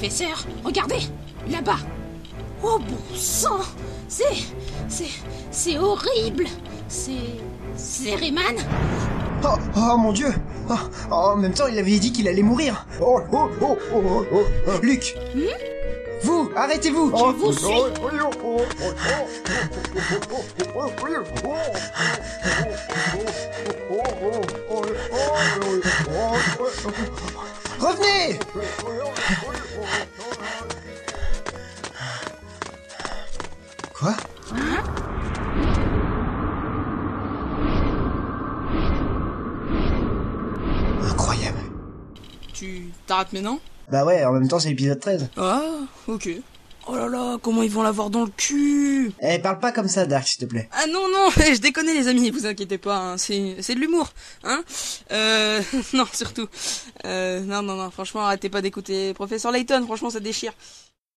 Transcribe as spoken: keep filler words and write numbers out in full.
Professeur, regardez, là-bas. Oh bon sang, c'est... c'est... c'est horrible. C'est... c'est Rayman. Oh, oh mon Dieu. Oh, oh, en même temps, il avait dit qu'il allait mourir. Oh, oh, oh, oh, oh, oh. Luc. Hmm? Vous, arrêtez-vous. Je vous suis. Revenez. Quoi? Hein? Incroyable. Tu t'arrêtes maintenant? Bah ouais, en même temps, c'est l'épisode treize. Ah, ok. Oh là là, comment ils vont l'avoir dans le cul? Eh, parle pas comme ça, Dark, s'il te plaît. Ah non, non, je déconne les amis, vous inquiétez pas, hein, c'est, c'est de l'humour, hein. Euh, non, surtout. Euh, non, non, non, franchement, arrêtez pas d'écouter Professeur Layton, franchement, ça déchire.